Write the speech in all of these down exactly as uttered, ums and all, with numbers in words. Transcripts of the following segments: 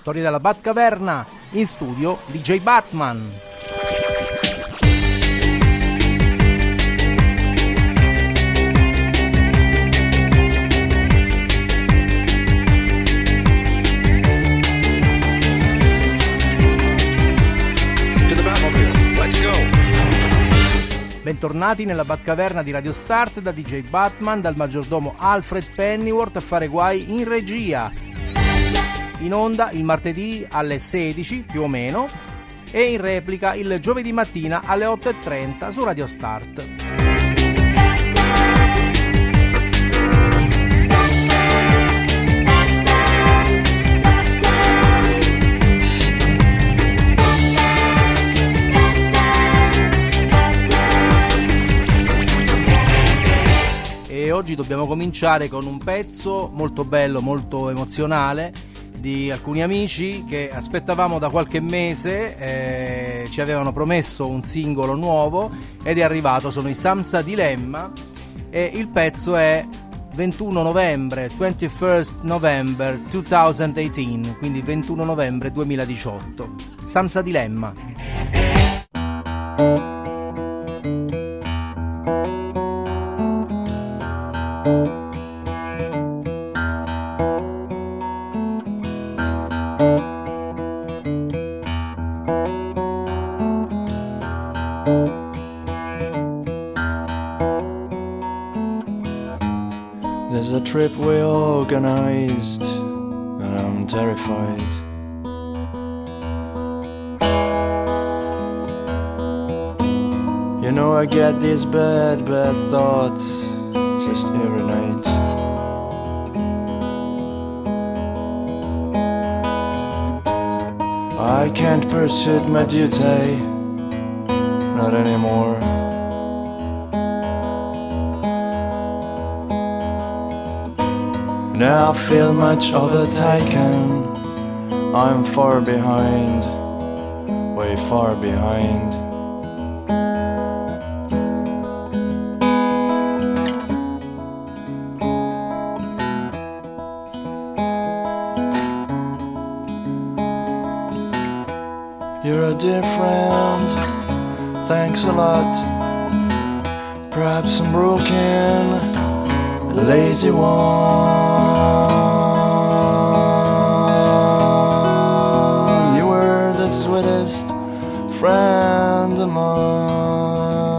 Storia della Batcaverna, in studio D J Batman. Bentornati nella Batcaverna di Radio Start da D J Batman, dal maggiordomo Alfred Pennyworth a fare guai in regia. In onda il martedì alle sedici più o meno e in replica il giovedì mattina alle otto e trenta su Radio Start. E oggi dobbiamo cominciare con un pezzo molto bello, molto emozionale di alcuni amici che aspettavamo da qualche mese, eh, ci avevano promesso un singolo nuovo ed è arrivato, sono i Samsa Dilemma e il pezzo è ventuno novembre, twenty-first November twenty eighteen, quindi ventuno novembre duemiladiciotto. Samsa Dilemma. There's a trip we organized, and I'm terrified. You know I get these bad, bad thoughts just every night. I can't pursue my duty, not anymore. Now I feel much overtaken. I'm far behind, way far behind. You're a dear friend, thanks a lot. Perhaps I'm broken, a lazy one. You were the sweetest friend of mine.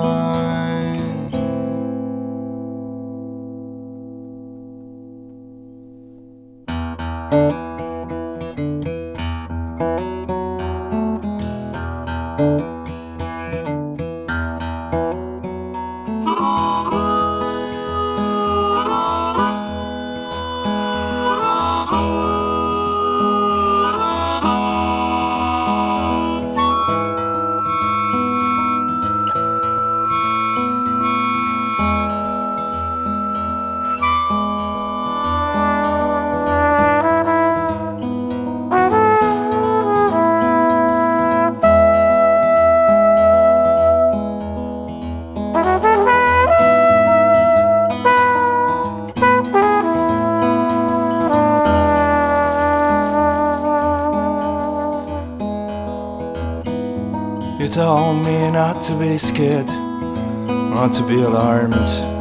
You told me not to be scared, not to be alarmed.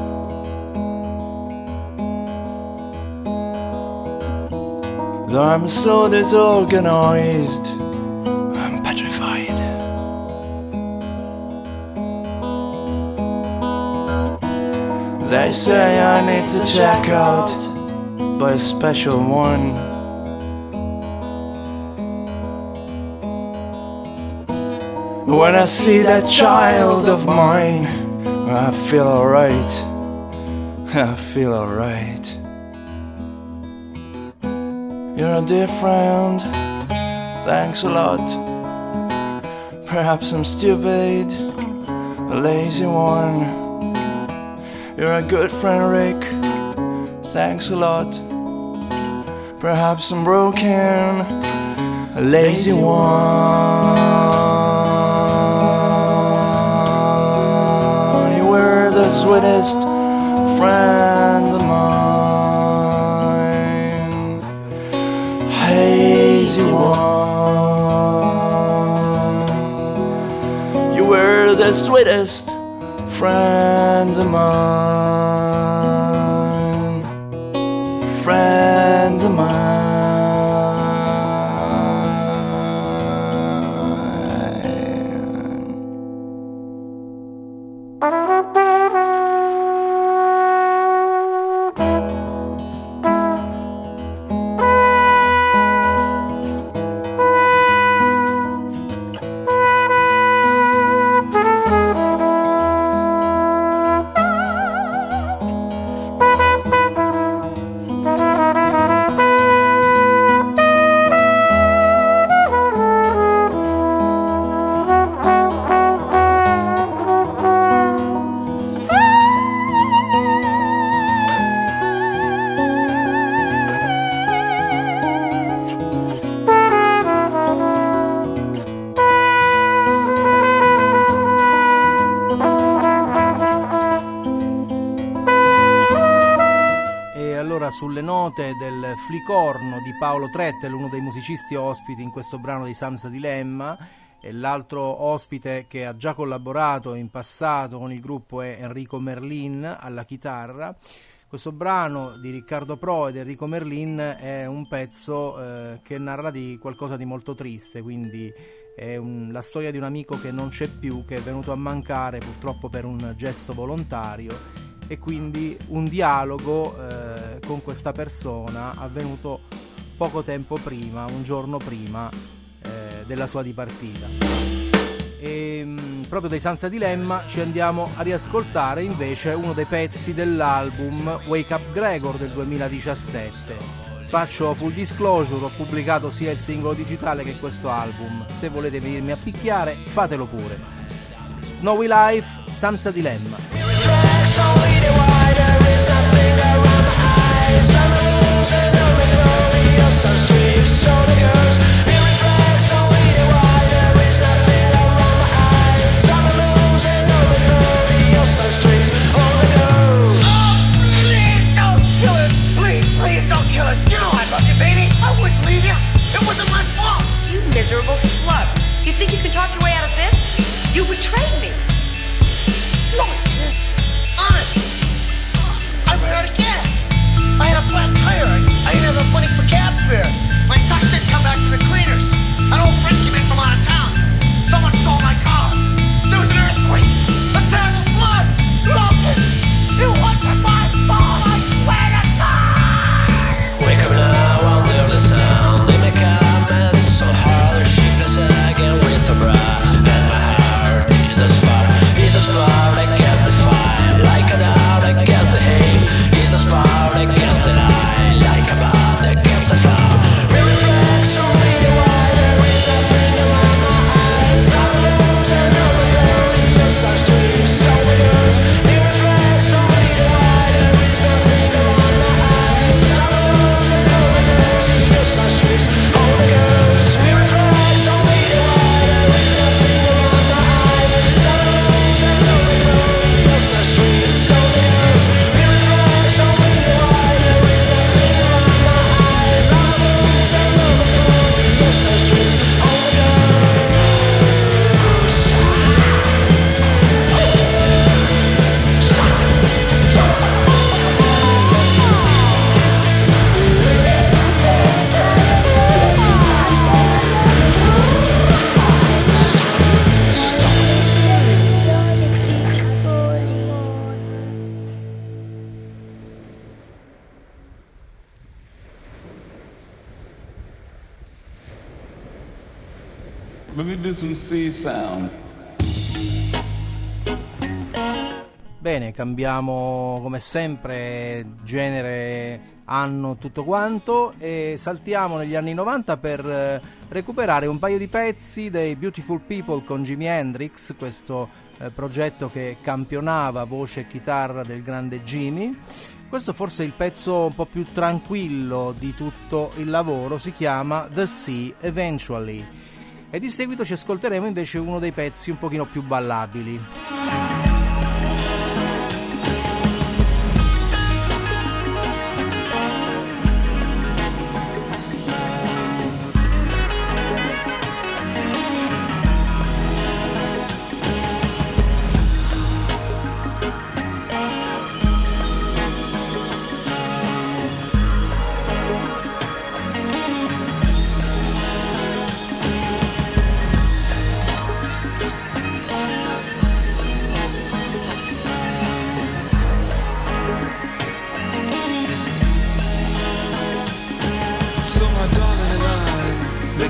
Though I'm so disorganized, I'm petrified. They say I need to check out by a special one. When I see that child of mine, I feel alright, I feel alright. You're a dear friend, thanks a lot. Perhaps I'm stupid, a lazy one. You're a good friend, Rick, thanks a lot. Perhaps I'm broken, a lazy one. The sweetest friend of mine, hazy one. the sweetest friends of mine, friends of mine. Sulle note del flicorno di Paolo Trettel, uno dei musicisti ospiti in questo brano di Sam's Dilemma, e l'altro ospite che ha già collaborato in passato con il gruppo è Enrico Merlin alla chitarra. Questo brano di Riccardo Pro ed Enrico Merlin è un pezzo eh, che narra di qualcosa di molto triste, quindi è un, la storia di un amico che non c'è più, che è venuto a mancare purtroppo per un gesto volontario, e quindi un dialogo eh, con questa persona avvenuto poco tempo prima, un giorno prima eh, della sua dipartita. E mh, proprio dai Sam's Dilemma ci andiamo a riascoltare invece uno dei pezzi dell'album Wake Up Gregor del duemiladiciassette. Faccio full disclosure, ho pubblicato sia il singolo digitale che questo album, se volete venirmi a picchiare fatelo pure. Snowy Life, Sam's Dilemma. Only the wider is nothing around my eyes. I'm losing all my glorious on streets. So the girls, it reflects. Only the wider is nothing around my eyes. I'm losing all my glorious on streets. All the girls. Oh, please don't kill us. Please, please don't kill us. You know I love you, baby. I wouldn't leave you. It wasn't my fault. You miserable slut. You think you can talk your way out of this? You betrayed me. No, I didn't. Honest, I ran out of gas. I had a flat tire. I didn't have enough money for cab fare. My tux didn't come back to the cleaners. An old friend came in from out of town. Someone stole my car. There was an earthquake. A terrible flood. Locusts. It wasn't my fault. I swear to God. Wake up now under the sun. They make comments so hard. They're sheepless again with a bra. And my heart is a spark. Is a spark against the fire. Like a dog against the hay, he's a spark against the night. Like a bird against the flower. We reflect only the wider is nothing around my eyes. I'm losing all the glorious on streets. So the girls, we reflect only the wider is nothing around my eyes. I'm losing all the glorious on streets. All the girls, we reflect only the wider is nothing around my eyes. I'm losing all the glorious on streets. So the girls, we reflect only the wider is nothing around my eyes. I'm losing all the glorious on streets. All the Let me do some sea sound. Bene, cambiamo come sempre genere, anno, tutto quanto, e saltiamo negli anni novanta per eh, recuperare un paio di pezzi dei Beautiful People con Jimi Hendrix, questo eh, progetto che campionava voce e chitarra del grande Jimi. Questo forse è il pezzo un po' più tranquillo di tutto il lavoro, si chiama The Sea Eventually. E di seguito ci ascolteremo invece uno dei pezzi un pochino più ballabili.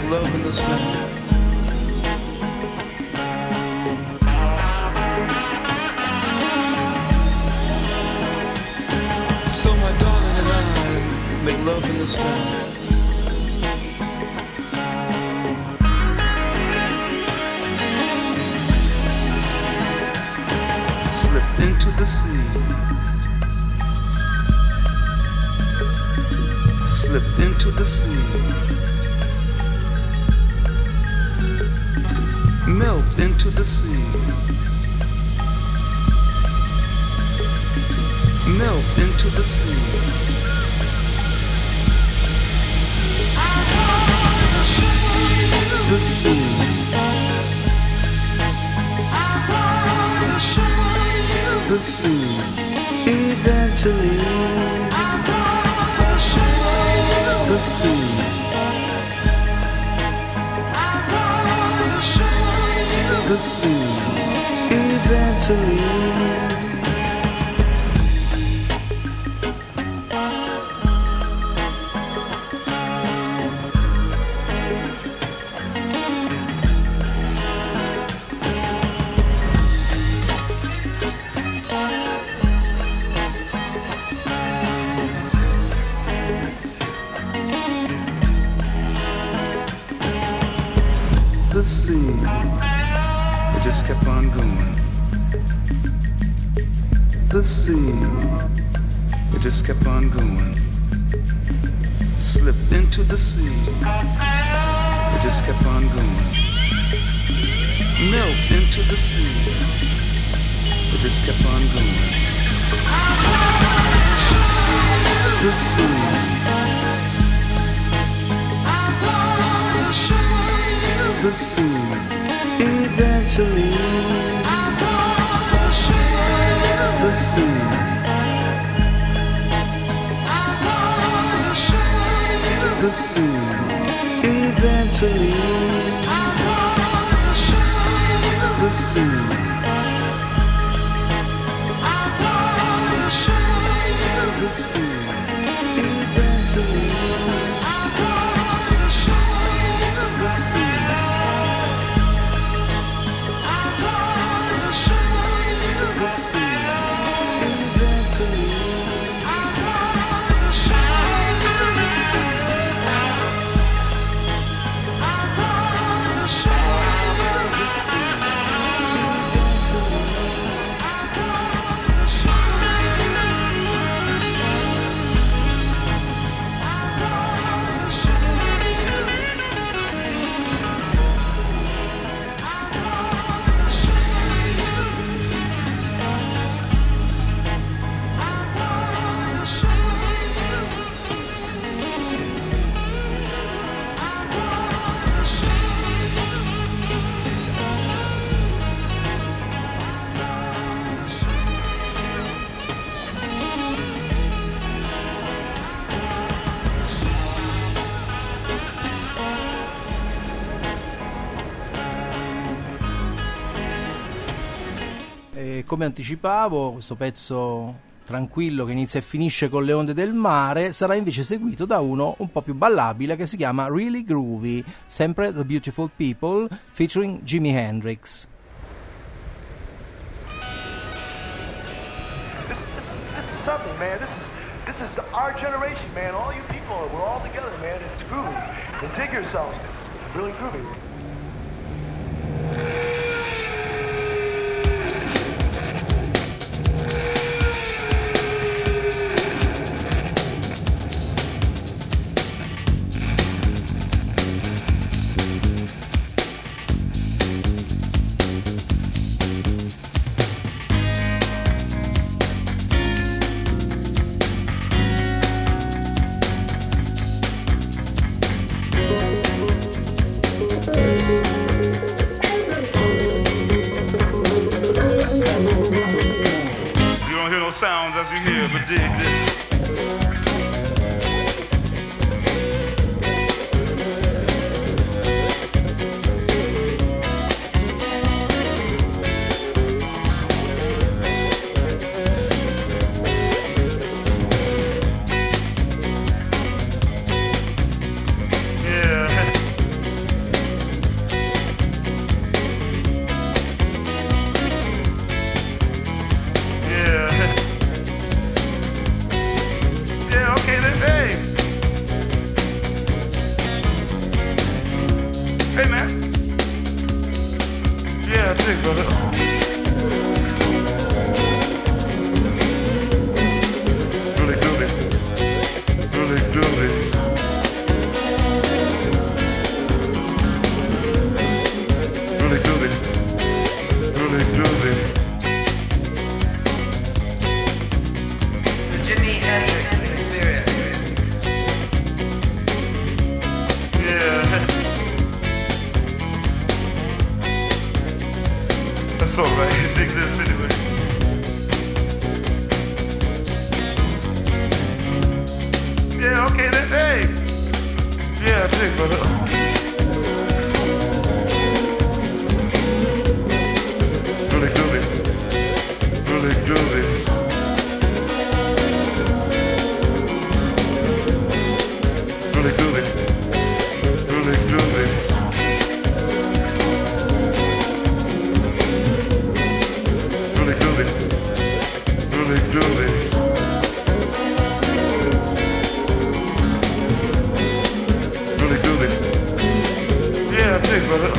love in the sand. So my darling and I make love in the sand. Slip into the sea. Slip into the sea. Melt into the sea. Melt into the sea. The sea. The sea. Eventually. The sea. The sea. Eventually. The sea, it just kept on going. The sea, it just kept on going. Slipped into the sea, it just kept on going. Melt into the sea, it just kept on going. The sea. The sea, eventually. The sea. The sea, eventually. The sea. The sea, eventually. The sea. The sea, eventually. The sea. Come anticipavo, questo pezzo tranquillo che inizia e finisce con le onde del mare sarà invece seguito da uno un po' più ballabile che si chiama Really Groovy, sempre The Beautiful People, featuring Jimi Hendrix. This, this, is, this is something, man. This is this is our generation, man. All you people, we're all together, man. It's groovy. And dig yourselves. It's really groovy. Sounds as you hear, but dig this. Yeah. dig, brother. Really groovy, really groovy. Really groovy, really groovy. Really groovy, really groovy. Really groovy. Yeah, I dig, brother.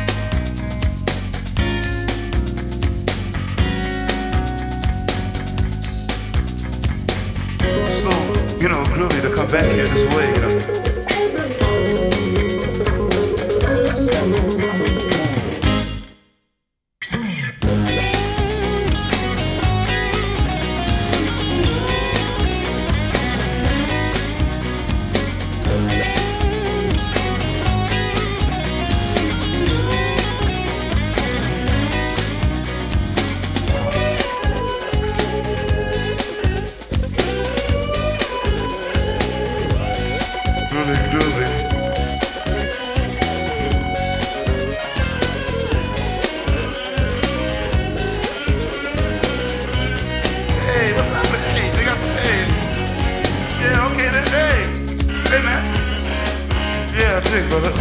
So, you know, groovy to come back here this way, you know. Really groovy. Hey, what's up? Hey, they got some, hey. Yeah, okay, then, hey. Hey, man. Yeah, I dig, brother.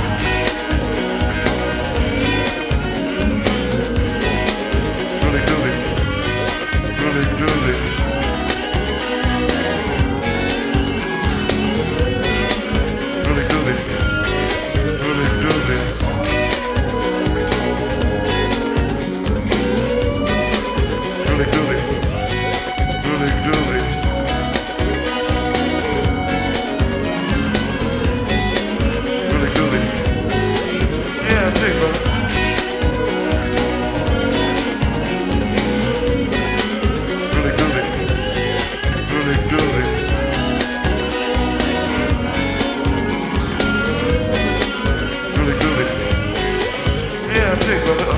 Really groovy. Really groovy. Really groovy. Really groovy. Really groovy. Really groovy. Really groovy. Yeah, I dig, brother. Really groovy. Really groovy. Really groovy. Yeah, I dig, brother.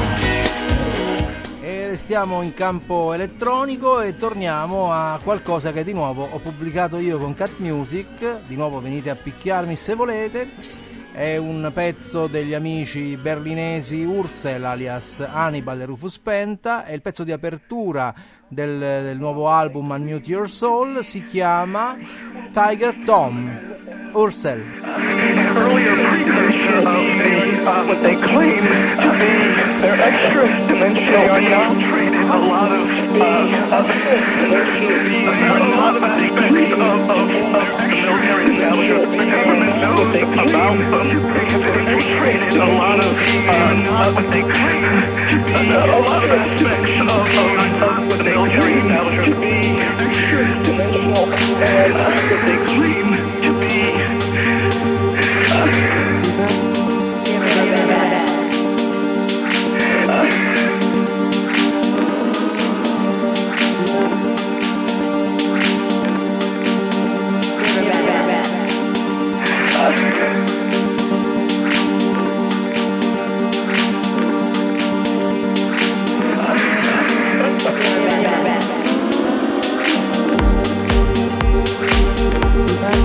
E restiamo in campo elettronico e torniamo a qualcosa che di nuovo ho pubblicato io con Cat Music. Di nuovo venite a picchiarmi se volete. È un pezzo degli amici berlinesi Ursel alias Hannibal e Rufus Penta. È il pezzo di apertura del, del nuovo album Unmute Your Soul. Si chiama Tiger Tom. Ursel. Earlier precursor of the, uh, what they claim to be their extra dimension. They are now treated a lot of, uh, of there seem to be a lot of aspects of, of, of military establishment. The government knows about them. They have infiltrated a lot of, uh, of what they claim to be a lot of aspects of, of, of what the military establishment to be extra dimensional and uh, what they claim to be. Bye.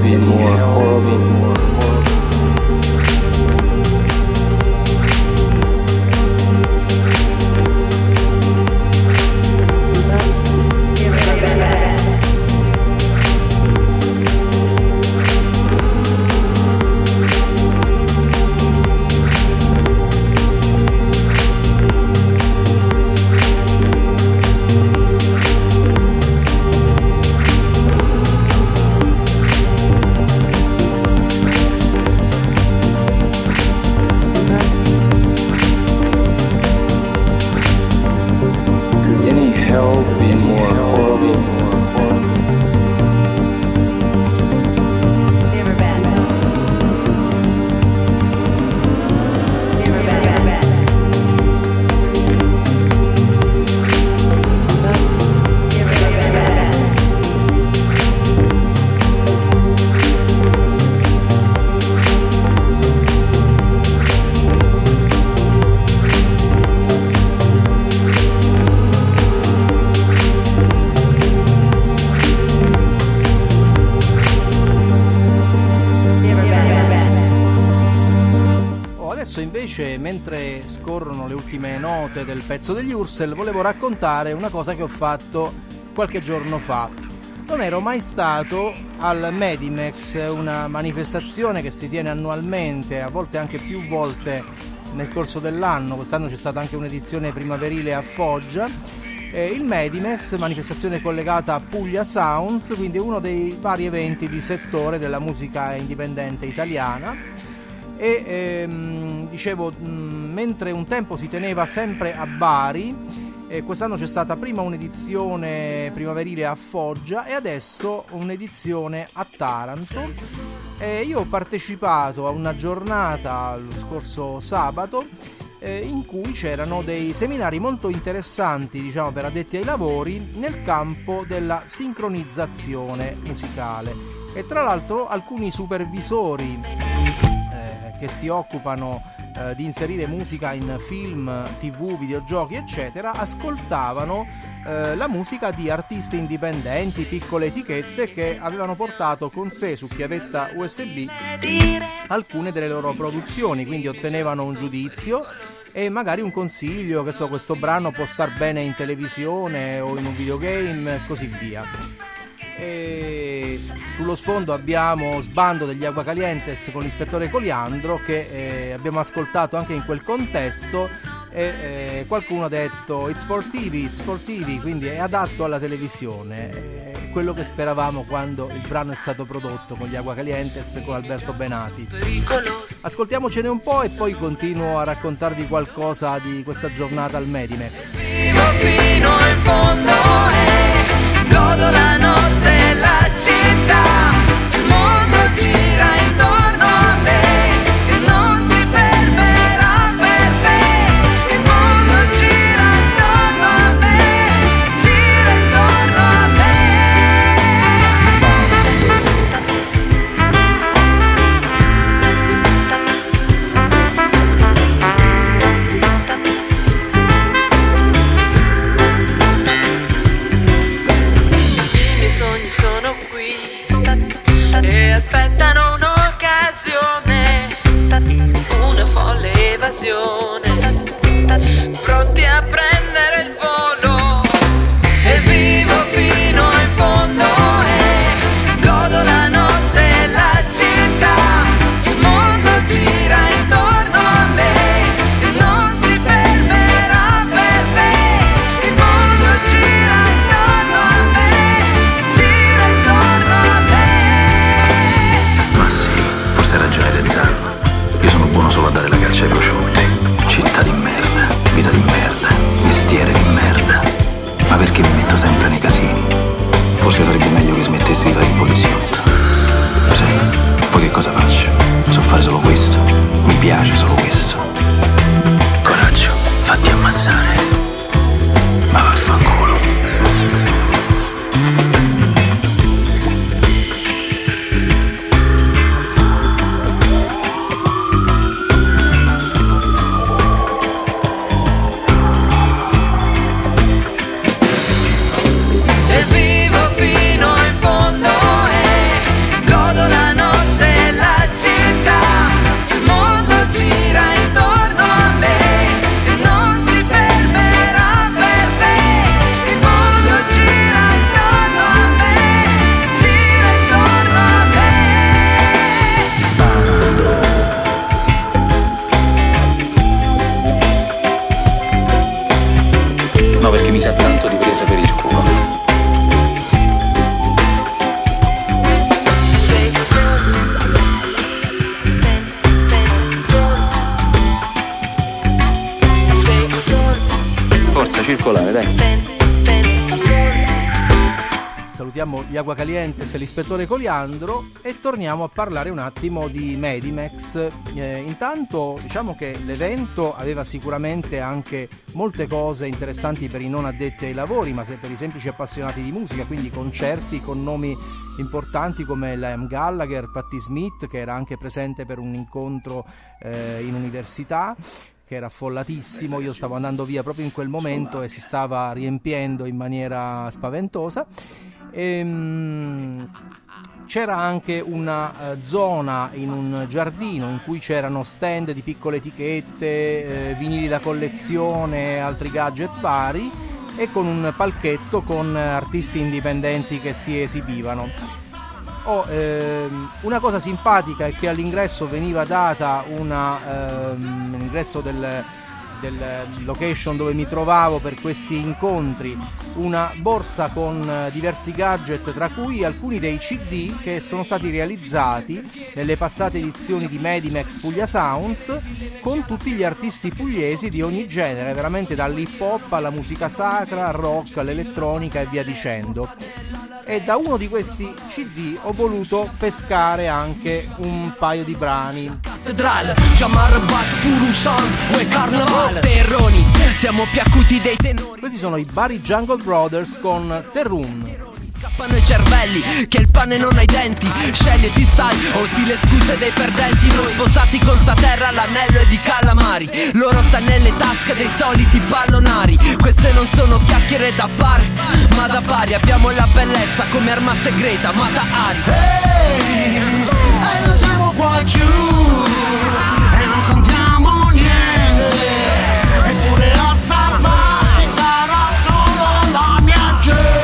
be more horrible, more horrible? Invece, mentre scorrono le ultime note del pezzo degli Ursel, volevo raccontare una cosa che ho fatto qualche giorno fa. Non ero mai stato al Medimex, una manifestazione che si tiene annualmente, a volte anche più volte nel corso dell'anno. Quest'anno c'è stata anche un'edizione primaverile a Foggia. Eh, il Medimex, manifestazione collegata a Puglia Sounds, quindi uno dei vari eventi di settore della musica indipendente italiana. E ehm, dicevo, mh, mentre un tempo si teneva sempre a Bari, eh, quest'anno c'è stata prima un'edizione primaverile a Foggia e adesso un'edizione a Taranto. E io ho partecipato a una giornata lo scorso sabato eh, in cui c'erano dei seminari molto interessanti, diciamo, per addetti ai lavori nel campo della sincronizzazione musicale, e tra l'altro alcuni supervisori che si occupano eh, di inserire musica in film, tv, videogiochi eccetera, ascoltavano eh, la musica di artisti indipendenti, piccole etichette che avevano portato con sé su chiavetta U S B alcune delle loro produzioni, quindi ottenevano un giudizio e magari un consiglio, che so, questo brano può star bene in televisione o in un videogame e così via. E sullo sfondo abbiamo Sbando degli Aguacalientes con l'ispettore Coliandro, che eh, abbiamo ascoltato anche in quel contesto, e eh, qualcuno ha detto it's for T V, it's for T V, quindi è adatto alla televisione. È quello che speravamo quando il brano è stato prodotto con gli Aguacalientes, con Alberto Benati. Ascoltiamocene un po' e poi continuo a raccontarvi qualcosa di questa giornata al Medimex. Vivo fino in fondo e godo la notte e la città, il mondo gira intorno a me e non si fermerà per te, il mondo gira intorno a me, gira intorno a me. I miei sogni sono qui e aspettano un'occasione, una folle evasione, pronti a prendere il volo. E vivo fino in fondo e godo la notte e la città, il mondo gira intorno a me e non si fermerà per te, il mondo gira intorno a me, gira intorno a me. Ma sì, forse hai ragione De Zanno. Io sono buono solo a dare la caccia ai prosciutti. Città di merda, vita di merda, mestiere di merda. Ma perché mi metto sempre nei casini? Forse sarebbe meglio che smettessi di fare il poliziotto. Sai, poi che cosa faccio? So fare solo questo. Mi piace solo questo. Coraggio, fatti ammazzare. Ma vaffanculo. E vivo fino in fondo No, perché mi sa tanto di presa per il culo. Forza, circolare, dai. Salutiamo gli Aguacalientes e l'ispettore Coliandro e torniamo a parlare un attimo di Medimex. Eh, intanto diciamo che l'evento aveva sicuramente anche molte cose interessanti per i non addetti ai lavori, ma per i semplici appassionati di musica, quindi concerti con nomi importanti come Liam Gallagher, Patti Smith, che era anche presente per un incontro eh, in università, che era affollatissimo. Io stavo andando via proprio in quel momento e si stava riempiendo in maniera spaventosa. Ehm, c'era anche una uh, zona in un giardino in cui c'erano stand di piccole etichette, eh, vinili da collezione, altri gadget vari, e con un palchetto con artisti indipendenti che si esibivano. Oh, ehm, una cosa simpatica è che all'ingresso veniva data una ehm, all'ingresso del, del location dove mi trovavo per questi incontri una borsa con eh, diversi gadget, tra cui alcuni dei C D che sono stati realizzati nelle passate edizioni di Medimex Puglia Sounds, con tutti gli artisti pugliesi di ogni genere, veramente dall'hip hop alla musica sacra, al rock, all'elettronica e via dicendo. E da uno di questi C D ho voluto pescare anche un paio di brani. Cattedrale, Giamarbat, Puru Sound, Ue Carnaval, Terroni, siamo più acuti dei tenori. Questi sono i Bari Jungle Brothers con Terrun. Scappano i cervelli, che il pane non ha i denti. Scegli e ti stai, o sì le scuse dei perdenti. Noi sposati con sta terra, l'anello è di calamari. Loro sta nelle tasche dei soliti pallonari. Queste non sono chiacchiere da bar, ma da pari. Abbiamo la bellezza come arma segreta, ma da Ari. Ehi, e noi siamo qua giù e non contiamo niente. Eppure a salvarti sarà solo la mia gente.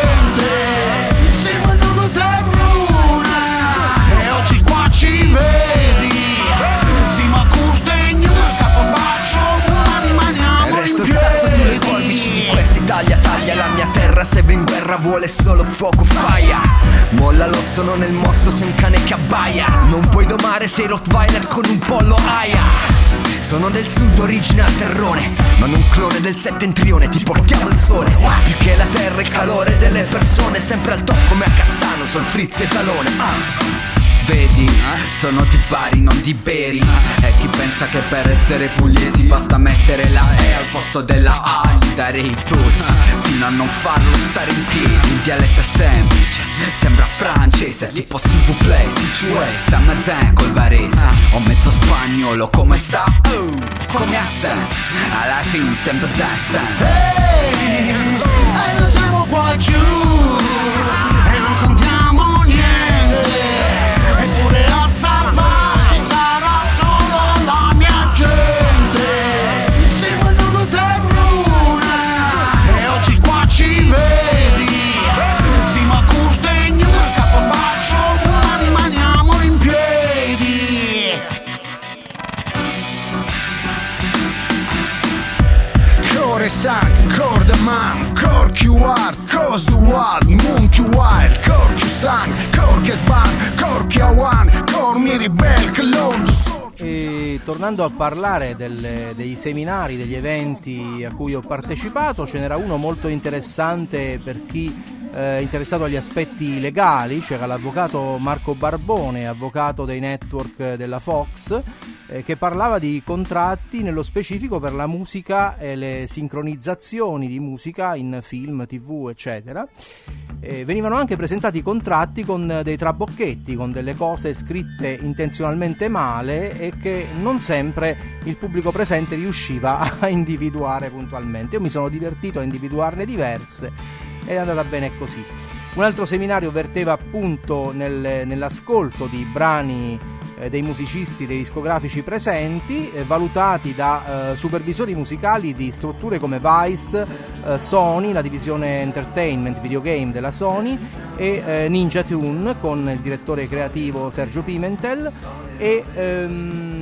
Ci vedi, si ma curtegno, capobaccio, ma rimaniamo in resto piedi. sasso sulle forbici di questi taglia taglia. La mia terra se va in guerra vuole solo fuoco faia. Molla l'osso non nel morso, sei un cane che abbaia. Non puoi domare, sei Rottweiler con un pollo aia. Sono del sud, origine al terrone, ma non clone del settentrione. Ti portiamo il sole, più che la terra e il calore delle persone. Sempre al top come a Cassano, Sol Frizzi e Zalone. ah. Vedi, sono di Bari, non di Beri. E chi pensa che per essere pugliesi basta mettere la E al posto della A, gli darei i tuzzi fino a non farlo stare in piedi. Il dialetto è semplice, sembra francese, tipo s'il vous plaît, si tu es, sta matin col varese. Ho mezzo spagnolo, come sta? Oh, come sta? Alla fine sempre destra. Ehi, e noi siamo qua giù e non contiamo niente. Eppure a salvarti sarà solo la mia gente. Siamo in una terruna e oggi qua ci vedi. Si ma curtegno, capobaccio, ma rimaniamo in piedi. Core sac, core the man, core Q art, cause the wild, moon Q wild, core Q stank, core che sban, core Q one, core mi ribel, che lord so. E tornando a parlare delle, dei seminari, degli eventi a cui ho partecipato, ce n'era uno molto interessante per chi eh, interessato agli aspetti legali. C'era l'avvocato Marco Barbone, avvocato dei network della Fox, eh, che parlava di contratti nello specifico per la musica e le sincronizzazioni di musica in film, tv, eccetera. Eh, venivano anche presentati contratti con dei trabocchetti, con delle cose scritte intenzionalmente male e che non sempre il pubblico presente riusciva a individuare puntualmente. Io mi sono divertito a individuarne diverse ed è andata bene così. Un altro seminario verteva appunto nel, nell'ascolto di brani eh, dei musicisti, dei discografici presenti, eh, valutati da eh, supervisori musicali di strutture come Vice, eh, Sony, la divisione Entertainment Videogame della Sony, e eh, Ninja Tune con il direttore creativo Sergio Pimentel, e ehm,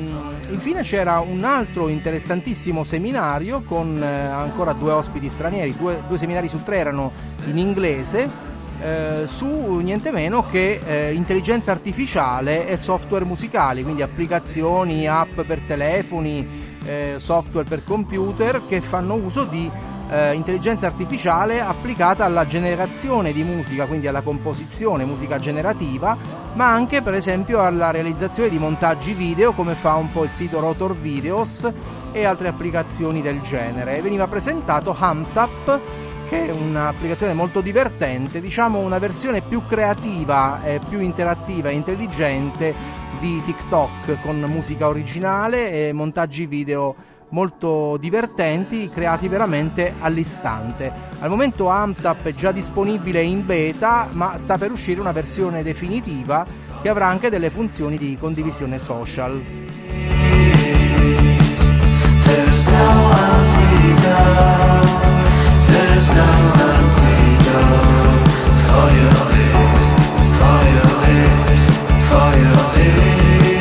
infine c'era un altro interessantissimo seminario con eh, ancora due ospiti stranieri, due, due seminari su tre erano in inglese, eh, su niente meno che eh, intelligenza artificiale e software musicali, quindi applicazioni, app per telefoni, eh, software per computer che fanno uso di eh, intelligenza artificiale applicata alla generazione di musica, quindi alla composizione, musica generativa, ma anche per esempio alla realizzazione di montaggi video, come fa un po' il sito Rotor Videos e altre applicazioni del genere. Veniva presentato HumTap, che è un'applicazione molto divertente, diciamo una versione più creativa, e più interattiva e intelligente di TikTok, con musica originale e montaggi video molto divertenti, creati veramente all'istante. Al momento HumTap è già disponibile in beta, ma sta per uscire una versione definitiva che avrà anche delle funzioni di condivisione social. There's no antidote. There's no antidote for your lips, for your lips, for your lips.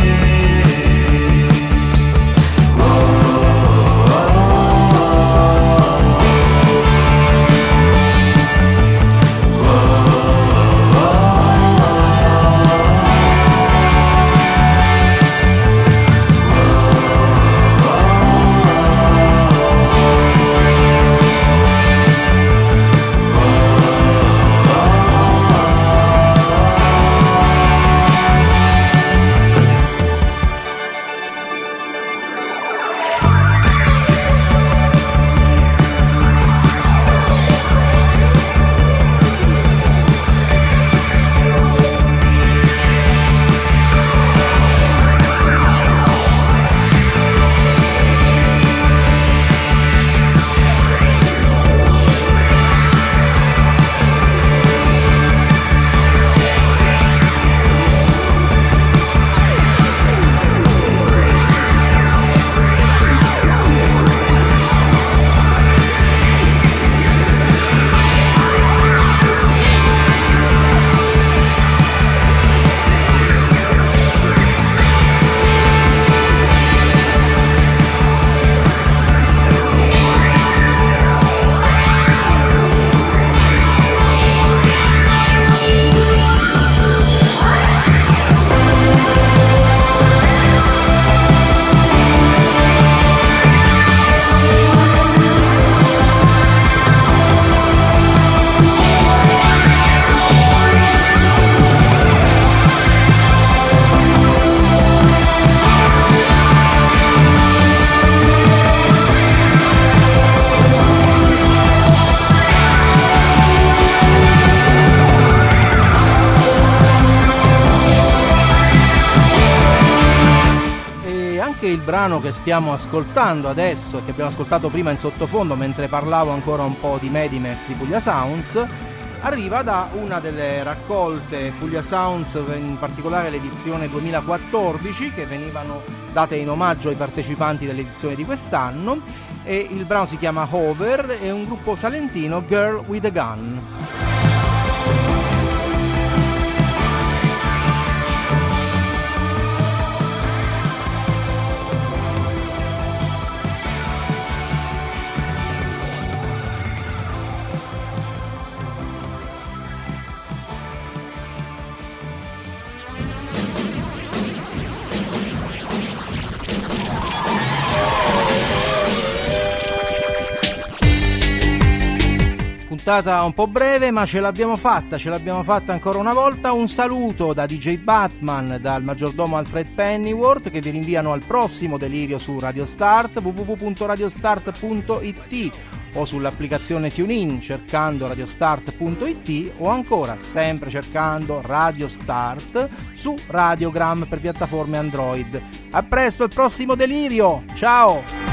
Il brano che stiamo ascoltando adesso e che abbiamo ascoltato prima in sottofondo mentre parlavo ancora un po' di Medimax di Puglia Sounds arriva da una delle raccolte Puglia Sounds, in particolare l'edizione duemilaquattordici, che venivano date in omaggio ai partecipanti dell'edizione di quest'anno, e il brano si chiama Hover, è un gruppo salentino, Girl with a Gun. Puntata un po' breve, ma ce l'abbiamo fatta, ce l'abbiamo fatta ancora una volta. Un saluto da D J Batman, dal maggiordomo Alfred Pennyworth, che vi rinviano al prossimo delirio su Radio Start, w w w punto radiostart punto i t, o sull'applicazione TuneIn cercando radiostart punto i t, o ancora sempre cercando Radio Start su Radiogram per piattaforme Android. A presto al prossimo delirio, ciao!